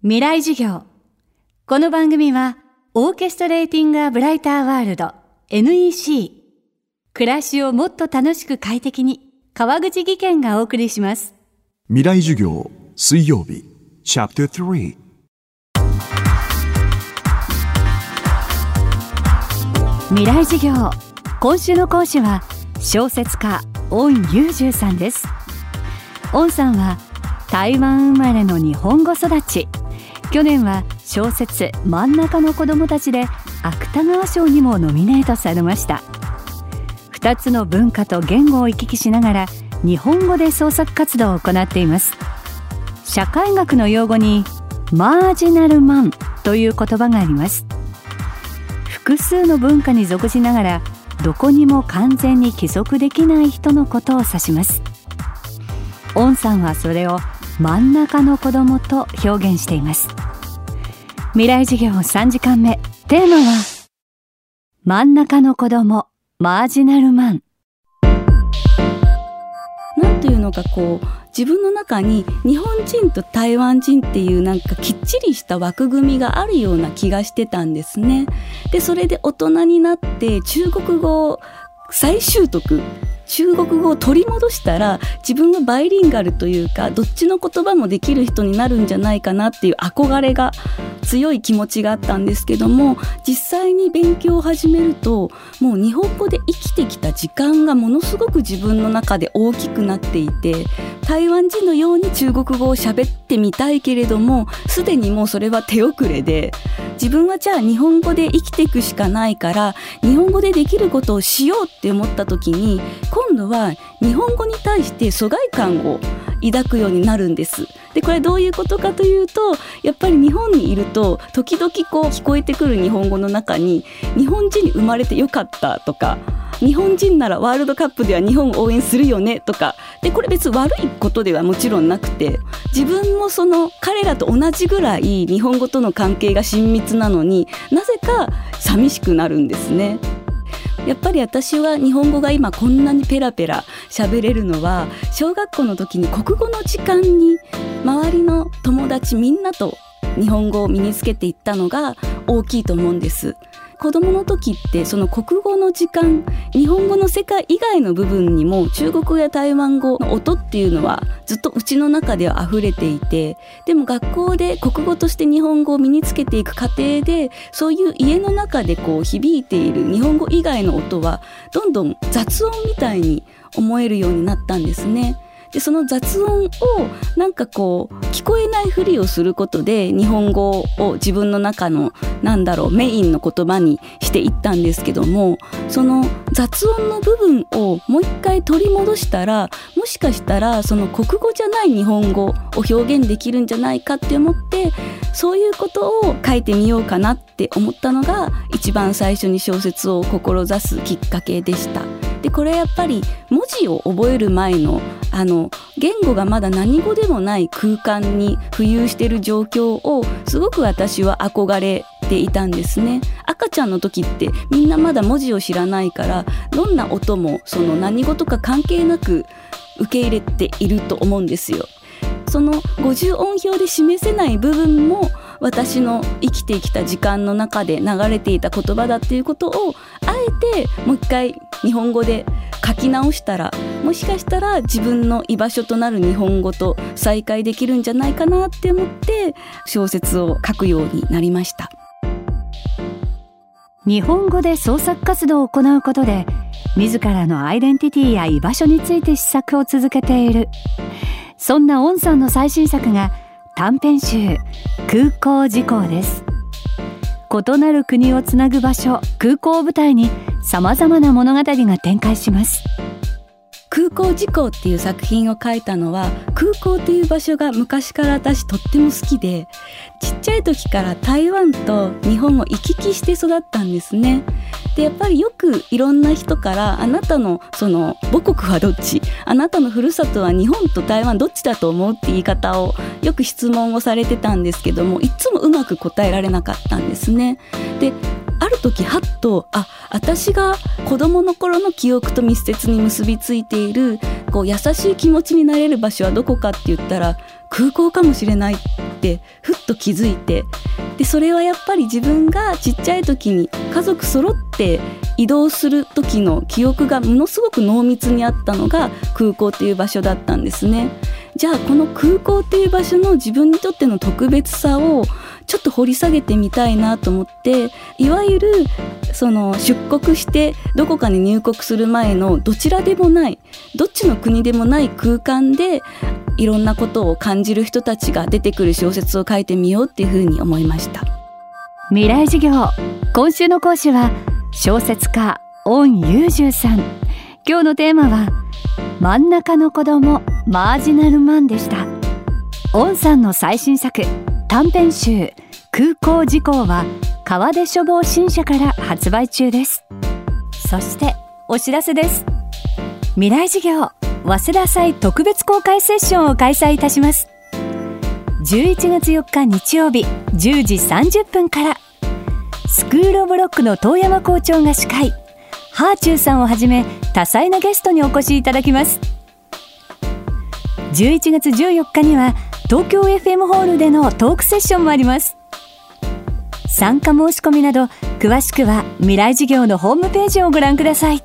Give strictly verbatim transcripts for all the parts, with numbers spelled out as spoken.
未来授業。この番組はオーケストレーティング・ア・ブライター・ワールド エヌイーシー 暮らしをもっと楽しく快適に川口義賢がお送りします。 未来授業水曜日チャプタースリー。 未来授業、今週の講師は小説家温裕十さんです。温さんは台湾生まれの日本語育ち。去年は小説真ん中の子供たちで芥川賞にもノミネートされました。ふたつの文化と言語を行き来しながら日本語で創作活動を行っています。社会学の用語にマージナルマンという言葉があります。複数の文化に属しながらどこにも完全に帰属できない人のことを指します。温さんはそれを真ん中の子供と表現しています。未来授業さんじかんめ、テーマは真ん中の子供、マージナルマン。 なんというのかこう自分の中に日本人と台湾人っていうなんかきっちりした枠組みがあるような気がしてたんですね。でそれで大人になって中国語を再習得、中国語を取り戻したら自分はバイリンガルというかどっちの言葉もできる人になるんじゃないかなっていう憧れが強い気持ちがあったんですけども、実際に勉強を始めるともう日本語で生きてきた時間がものすごく自分の中で大きくなっていて、台湾人のように中国語を喋ってみたいけれどもすでにもうそれは手遅れで、自分はじゃあ日本語で生きていくしかないから日本語でできることをしようって思った時に今度は日本語に対して疎外感を抱くようになるんです。でこれどういうことかというと、やっぱり日本にいると時々こう聞こえてくる日本語の中に日本人に生まれてよかったとか、日本人ならワールドカップでは日本を応援するよねとかで、これ別に悪いことではもちろんなくて、自分もその彼らと同じぐらい日本語との関係が親密なのになぜか寂しくなるんですね。やっぱり私は日本語が今こんなにペラペラ喋れるのは小学校の時に国語の時間に周りの友達みんなと日本語を身につけていったのが大きいと思うんです。子供の時ってその国語の時間、日本語の世界以外の部分にも中国語や台湾語の音っていうのはずっとうちの中では溢れていて、でも学校で国語として日本語を身につけていく過程でそういう家の中でこう響いている日本語以外の音はどんどん雑音みたいに思えるようになったんですね。でその雑音をなんかこう聞こえないふりをすることで日本語を自分の中のなんだろうメインの言葉にしていったんですけども、その雑音の部分をもう一回取り戻したらもしかしたらその国語じゃない日本語を表現できるんじゃないかって思って、そういうことを書いてみようかなって思ったのが一番最初に小説を志すきっかけでした。でこれやっぱり文字を覚える前のあの言語がまだ何語でもない空間に浮遊している状況をすごく私は憧れていたんですね。赤ちゃんの時ってみんなまだ文字を知らないからどんな音もその何語とか関係なく受け入れていると思うんですよ。そのごじゅう音表で示せない部分も私の生きてきた時間の中で流れていた言葉だっていうことをあえてもう一回日本語で書き直したらもしかしたら自分の居場所となる日本語と再会できるんじゃないかなって思って小説を書くようになりました。 日本語で創作活動を行うことで自らのアイデンティティや居場所について思索を続けている。そんな温さんの最新作が短編集空港事項です。異なる国をつなぐ場所、空港を舞台にさまざまな物語が展開します。 空港事項っていう作品を書いたのは空港っていう場所が昔から私とっても好きで、ちっちゃい時から台湾と日本を行き来して育ったんですね。でやっぱりよくいろんな人からあなたのその母国はどっち、あなたのふるさとは日本と台湾どっちだと思うって言い方をよく質問をされてたんですけども、いつもうまく答えられなかったんですね。である時はっとあ私が子供の頃の記憶と密接に結びついているこう優しい気持ちになれる場所はどこかって言ったら空港かもしれないっってふっと気づいて、でそれはやっぱり自分がちっちゃい時に家族揃って移動する時の記憶がものすごく濃密にあったのが空港っていう場所だったんですね。じゃあこの空港っていう場所の自分にとっての特別さをちょっと掘り下げてみたいなと思って、いわゆるその出国してどこかに入国する前のどちらでもない、どっちの国でもない空間でいろんなことを感じる人たちが出てくる小説を書いてみようっていうふうに思いました。 未来授業、今週の講師は小説家御雄十さん。今日のテーマは真ん中の子供マージナルマンでした。御さんの最新作短編集空港事項は川出書房新社から発売中です。そしてお知らせです。未来授業早稲田祭特別公開セッションを開催いたします。じゅういちがつよっか日曜日じゅうじさんじゅっぷんから、スクールオブロックの遠山校長が司会、ハーチューさんをはじめ多彩なゲストにお越しいただきます。じゅういちがつじゅうよっかには東京 エフエム ホールでのトークセッションもあります。参加申し込みなど詳しくは未来授業のホームページをご覧ください。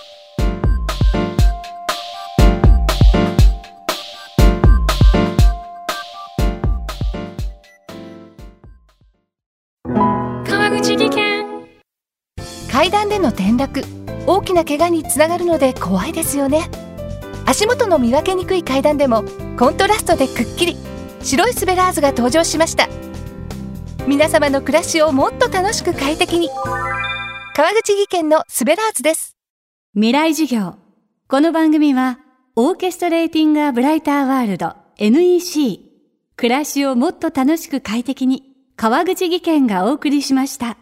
川口技研。階段での転落、大きな怪我につながるので怖いですよね。足元の見分けにくい階段でもコントラストでくっきり白いスベラーズが登場しました。皆様の暮らしをもっと楽しく快適に、川口技研のスベラーズです。 未来授業、この番組はオーケストレーティングアブライターワールド エヌイーシー、 暮らしをもっと楽しく快適に、川口技研がお送りしました。